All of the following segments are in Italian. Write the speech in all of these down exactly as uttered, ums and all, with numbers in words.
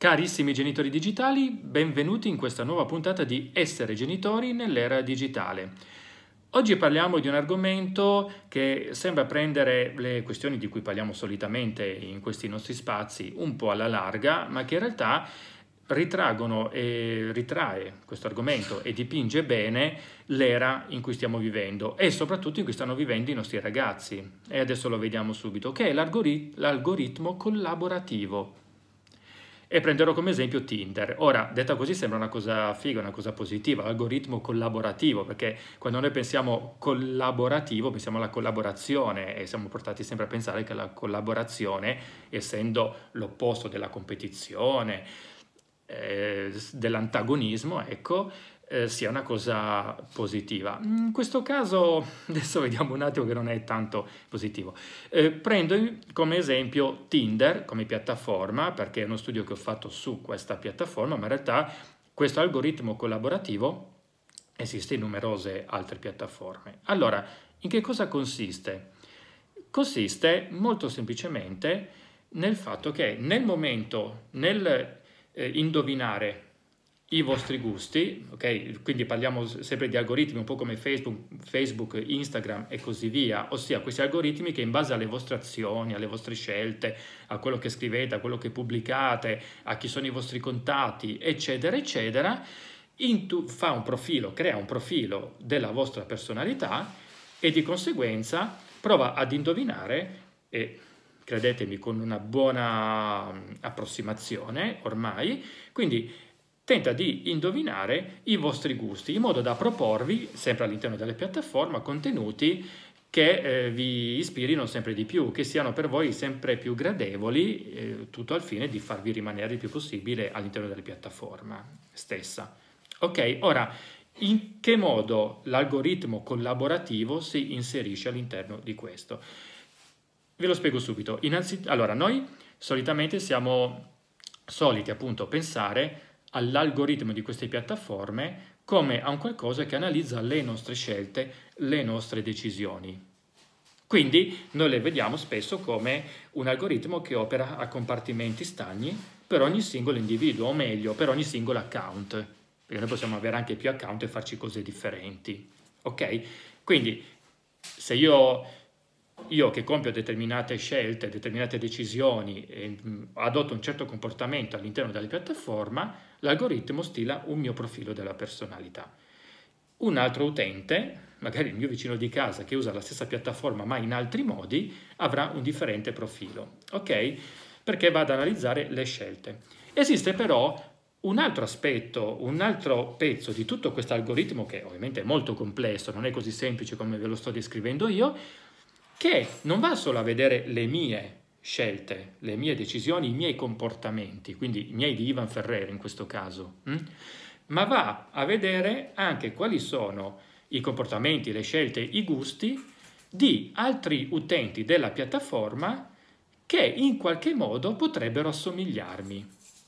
Carissimi genitori digitali, benvenuti in questa nuova puntata di Essere genitori nell'era digitale. Oggi parliamo di un argomento che sembra prendere le questioni di cui parliamo solitamente in questi nostri spazi un po' alla larga, ma che in realtà ritraggono e ritrae questo argomento e dipinge bene l'era in cui stiamo vivendo e soprattutto in cui stanno vivendo i nostri ragazzi. E adesso lo vediamo subito, che è l'algorit- l'algoritmo collaborativo. E prenderò come esempio Tinder. Ora, detta così sembra una cosa figa, una cosa positiva, l'algoritmo collaborativo, perché quando noi pensiamo collaborativo pensiamo alla collaborazione e siamo portati sempre a pensare che la collaborazione, essendo l'opposto della competizione, eh, dell'antagonismo, ecco, eh, sia una cosa positiva. In questo caso, adesso vediamo un attimo che non è tanto positivo. Eh, prendo come esempio Tinder come piattaforma, perché è uno studio che ho fatto su questa piattaforma, ma in realtà questo algoritmo collaborativo esiste in numerose altre piattaforme. Allora, in che cosa consiste? Consiste molto semplicemente nel fatto che nel momento, nel eh, indovinare i vostri gusti, ok? Quindi parliamo sempre di algoritmi un po' come Facebook, Facebook, Instagram e così via, ossia questi algoritmi che in base alle vostre azioni, alle vostre scelte, a quello che scrivete, a quello che pubblicate, a chi sono i vostri contatti, eccetera, eccetera, intu- fa un profilo, crea un profilo della vostra personalità e di conseguenza prova ad indovinare e credetemi con una buona approssimazione ormai, quindi tenta di indovinare i vostri gusti in modo da proporvi, sempre all'interno delle piattaforme, contenuti che eh, vi ispirino sempre di più, che siano per voi sempre più gradevoli, eh, tutto al fine di farvi rimanere il più possibile all'interno della piattaforma stessa. Ok, ora, in che modo l'algoritmo collaborativo si inserisce all'interno di questo? Ve lo spiego subito. Innanzitutto, allora, noi solitamente siamo soliti appunto pensare all'algoritmo di queste piattaforme come a un qualcosa che analizza le nostre scelte, le nostre decisioni. Quindi noi le vediamo spesso come un algoritmo che opera a compartimenti stagni per ogni singolo individuo, o meglio, per ogni singolo account, perché noi possiamo avere anche più account e farci cose differenti. Ok? Quindi se io Io che compio determinate scelte, determinate decisioni e adotto un certo comportamento all'interno della piattaforma, l'algoritmo stila un mio profilo della personalità. Un altro utente, magari il mio vicino di casa che usa la stessa piattaforma ma in altri modi, avrà un differente profilo, ok? Perché va ad analizzare le scelte. Esiste però un altro aspetto, un altro pezzo di tutto questo algoritmo, che ovviamente è molto complesso, non è così semplice come ve lo sto descrivendo io, che non va solo a vedere le mie scelte, le mie decisioni, i miei comportamenti, quindi i miei di Ivan Ferrer in questo caso, hm? ma va a vedere anche quali sono i comportamenti, le scelte, i gusti di altri utenti della piattaforma che in qualche modo potrebbero assomigliarmi.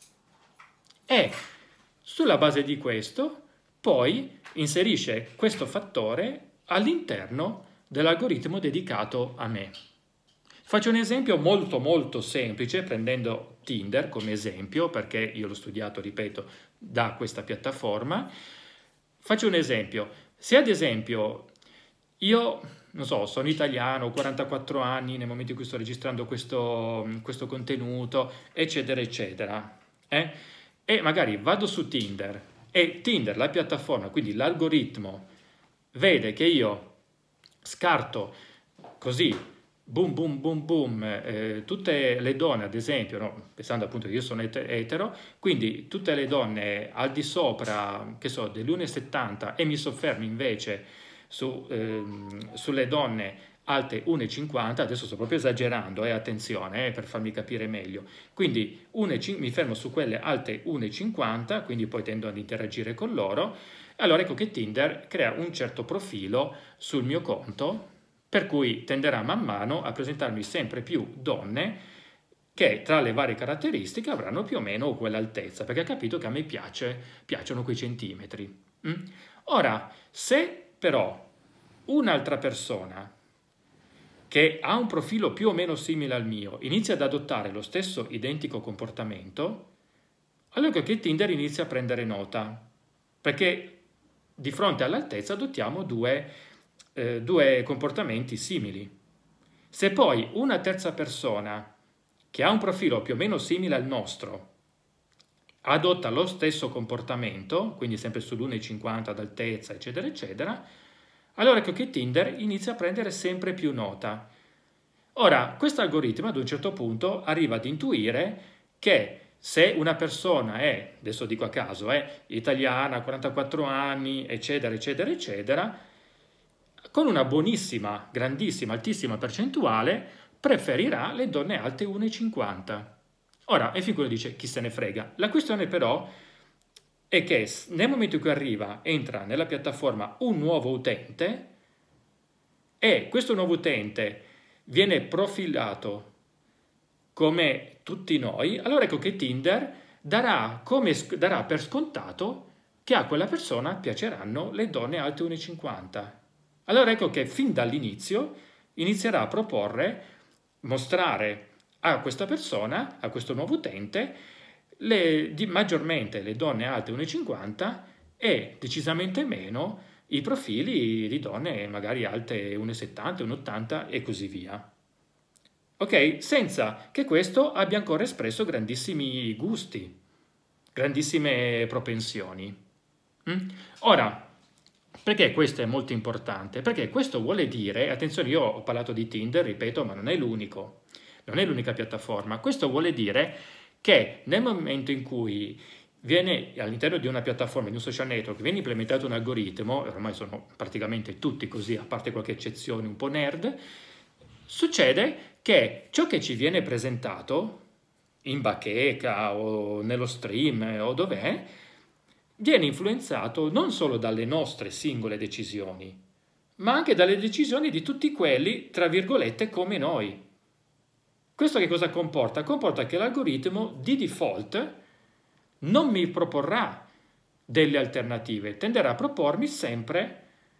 E sulla base di questo poi inserisce questo fattore all'interno dell'algoritmo dedicato a me. Faccio un esempio molto molto semplice prendendo Tinder come esempio, perché io l'ho studiato, ripeto, da questa piattaforma. Faccio un esempio. Se ad esempio io, non so, sono italiano, ho quarantaquattro anni nel momento in cui sto registrando questo, questo contenuto, eccetera, eccetera, eh? e magari vado su Tinder e Tinder, la piattaforma, quindi l'algoritmo, vede che io scarto così, boom, boom, boom, boom, eh, tutte le donne, ad esempio, no? Pensando appunto che io sono etero, quindi tutte le donne al di sopra, che so, dell'uno virgola settanta e mi soffermo invece su, ehm, sulle donne alte uno virgola cinquanta, adesso sto proprio esagerando, eh, attenzione, eh, per farmi capire meglio, quindi mi fermo su quelle alte uno virgola cinquanta, quindi poi tendo ad interagire con loro. Allora ecco che Tinder crea un certo profilo sul mio conto, per cui tenderà man mano a presentarmi sempre più donne che tra le varie caratteristiche avranno più o meno quell'altezza, perché ha capito che a me piace, piacciono quei centimetri. Mm? Ora, se però un'altra persona che ha un profilo più o meno simile al mio inizia ad adottare lo stesso identico comportamento, allora che Tinder inizia a prendere nota, perché di fronte all'altezza adottiamo due, eh, due comportamenti simili. Se poi una terza persona che ha un profilo più o meno simile al nostro adotta lo stesso comportamento, quindi sempre sull'uno virgola cinquanta d'altezza, eccetera, eccetera, allora ecco che Tinder inizia a prendere sempre più nota. Ora, questo algoritmo ad un certo punto arriva ad intuire che se una persona è, adesso dico a caso, è italiana, quarantaquattro anni, eccetera, eccetera, eccetera, con una buonissima, grandissima, altissima percentuale, preferirà le donne alte uno virgola cinquanta. Ora, e fin qui dice, chi se ne frega. La questione però è che nel momento in cui arriva, entra nella piattaforma un nuovo utente e questo nuovo utente viene profilato come tutti noi, allora ecco che Tinder darà, come, darà per scontato che a quella persona piaceranno le donne alte uno virgola cinquanta. Allora ecco che fin dall'inizio inizierà a proporre, mostrare a questa persona, a questo nuovo utente, le, di, maggiormente le donne alte uno virgola cinquanta e decisamente meno i profili di donne magari alte uno virgola settanta, uno virgola ottanta e così via. Ok? Senza che questo abbia ancora espresso grandissimi gusti, grandissime propensioni. Mm? Ora, perché questo è molto importante? Perché questo vuole dire, attenzione, io ho parlato di Tinder, ripeto, ma non è l'unico, non è l'unica piattaforma. Questo vuole dire che nel momento in cui viene all'interno di una piattaforma, di un social network, viene implementato un algoritmo, ormai sono praticamente tutti così, a parte qualche eccezione un po' nerd, succede che ciò che ci viene presentato in bacheca o nello stream o dov'è, viene influenzato non solo dalle nostre singole decisioni, ma anche dalle decisioni di tutti quelli, tra virgolette, come noi. Questo che cosa comporta? Comporta che l'algoritmo di default non mi proporrà delle alternative, tenderà a propormi sempre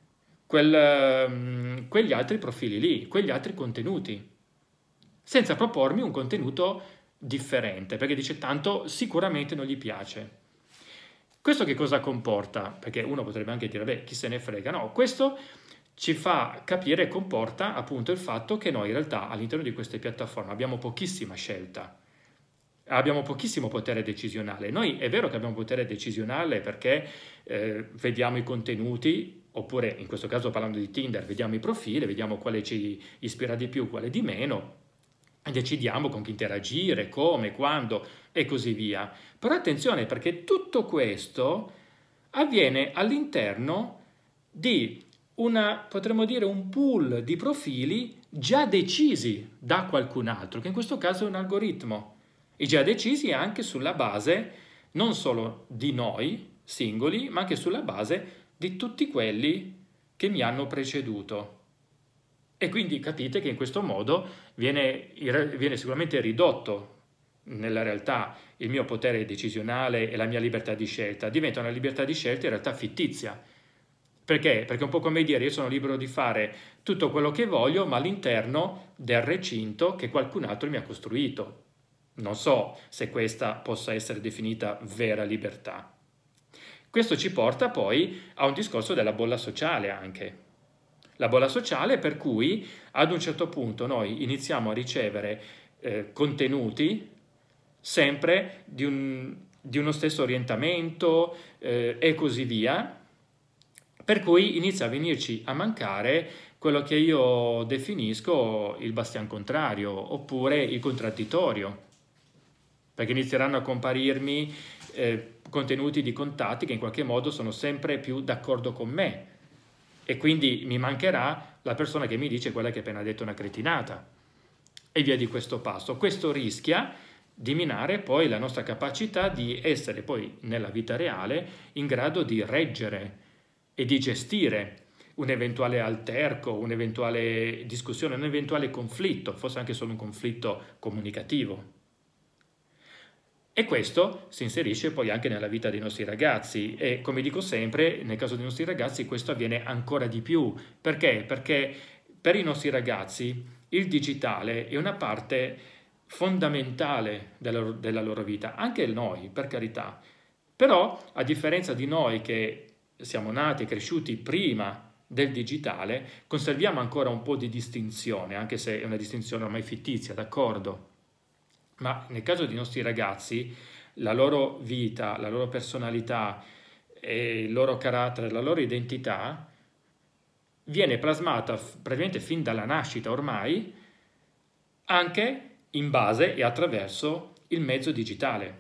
quel, quegli altri profili lì, quegli altri contenuti, senza propormi un contenuto differente, perché dice tanto sicuramente non gli piace. Questo che cosa comporta? Perché uno potrebbe anche dire, beh, chi se ne frega? No, questo ci fa capire e comporta appunto il fatto che noi in realtà all'interno di queste piattaforme abbiamo pochissima scelta, abbiamo pochissimo potere decisionale. Noi è vero che abbiamo potere decisionale perché eh, vediamo i contenuti, oppure in questo caso parlando di Tinder, vediamo i profili, vediamo quale ci ispira di più, quale di meno, e decidiamo con chi interagire, come, quando e così via. Però attenzione, perché tutto questo avviene all'interno di una, potremmo dire, un pool di profili già decisi da qualcun altro, che in questo caso è un algoritmo, e già decisi anche sulla base non solo di noi singoli, ma anche sulla base di tutti quelli che mi hanno preceduto. E quindi capite che in questo modo viene, viene sicuramente ridotto nella realtà il mio potere decisionale e la mia libertà di scelta, diventa una libertà di scelta in realtà fittizia. Perché? Perché è un po' come dire io sono libero di fare tutto quello che voglio, ma all'interno del recinto che qualcun altro mi ha costruito. Non so se questa possa essere definita vera libertà. Questo ci porta poi a un discorso della bolla sociale anche. La bolla sociale per cui ad un certo punto noi iniziamo a ricevere eh, contenuti sempre di, un, di uno stesso orientamento eh, e così via, per cui inizia a venirci a mancare quello che io definisco il bastian contrario oppure il contraddittorio, perché inizieranno a comparirmi eh, contenuti di contatti che in qualche modo sono sempre più d'accordo con me e quindi mi mancherà la persona che mi dice quella che ha appena detto una cretinata e via di questo passo. Questo rischia di minare poi la nostra capacità di essere poi nella vita reale in grado di reggere e di gestire un eventuale alterco, un'eventuale discussione, un eventuale conflitto, forse anche solo un conflitto comunicativo. E questo si inserisce poi anche nella vita dei nostri ragazzi e come dico sempre, nel caso dei nostri ragazzi questo avviene ancora di più. Perché? Perché per i nostri ragazzi il digitale è una parte fondamentale della, della loro vita, anche noi, per carità. Però, a differenza di noi che siamo nati e cresciuti prima del digitale, conserviamo ancora un po' di distinzione, anche se è una distinzione ormai fittizia, d'accordo? Ma nel caso dei nostri ragazzi, la loro vita, la loro personalità, e il loro carattere, la loro identità viene plasmata praticamente fin dalla nascita ormai anche in base e attraverso il mezzo digitale.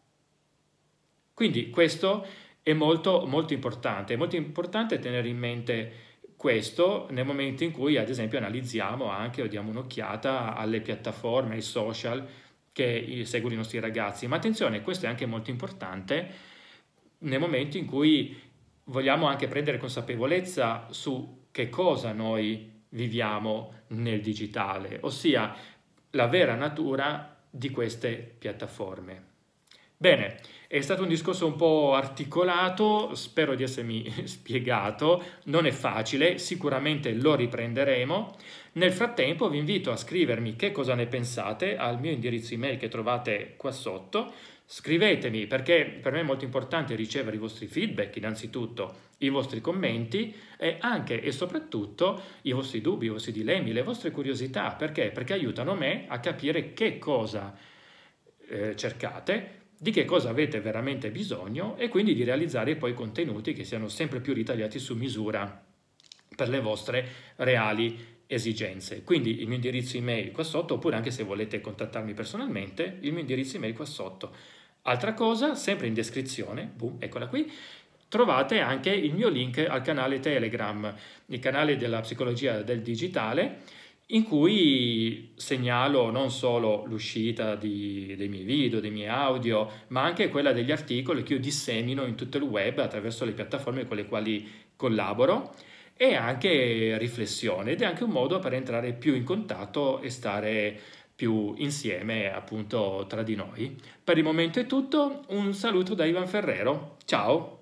Quindi questo è molto, molto importante, è molto importante tenere in mente questo nel momento in cui ad esempio analizziamo anche o diamo un'occhiata alle piattaforme, ai social che seguono i nostri ragazzi. Ma attenzione, questo è anche molto importante nel momento in cui vogliamo anche prendere consapevolezza su che cosa noi viviamo nel digitale, ossia la vera natura di queste piattaforme. Bene, è stato un discorso un po' articolato, spero di essermi spiegato, non è facile, sicuramente lo riprenderemo. Nel frattempo vi invito a scrivermi che cosa ne pensate al mio indirizzo email che trovate qua sotto. Scrivetemi, perché per me è molto importante ricevere i vostri feedback, innanzitutto i vostri commenti e anche e soprattutto i vostri dubbi, i vostri dilemmi, le vostre curiosità. Perché? Perché aiutano me a capire che cosa eh, cercate, di che cosa avete veramente bisogno e quindi di realizzare poi contenuti che siano sempre più ritagliati su misura per le vostre reali esigenze. Quindi il mio indirizzo email qua sotto, oppure anche se volete contattarmi personalmente, il mio indirizzo email qua sotto. Altra cosa, sempre in descrizione, boom, eccola qui, trovate anche il mio link al canale Telegram, il canale della psicologia del digitale, in cui segnalo non solo l'uscita di, dei miei video, dei miei audio, ma anche quella degli articoli che io dissemino in tutto il web attraverso le piattaforme con le quali collaboro, e anche riflessione, ed è anche un modo per entrare più in contatto e stare più insieme appunto tra di noi. Per il momento è tutto, un saluto da Ivan Ferrero, ciao!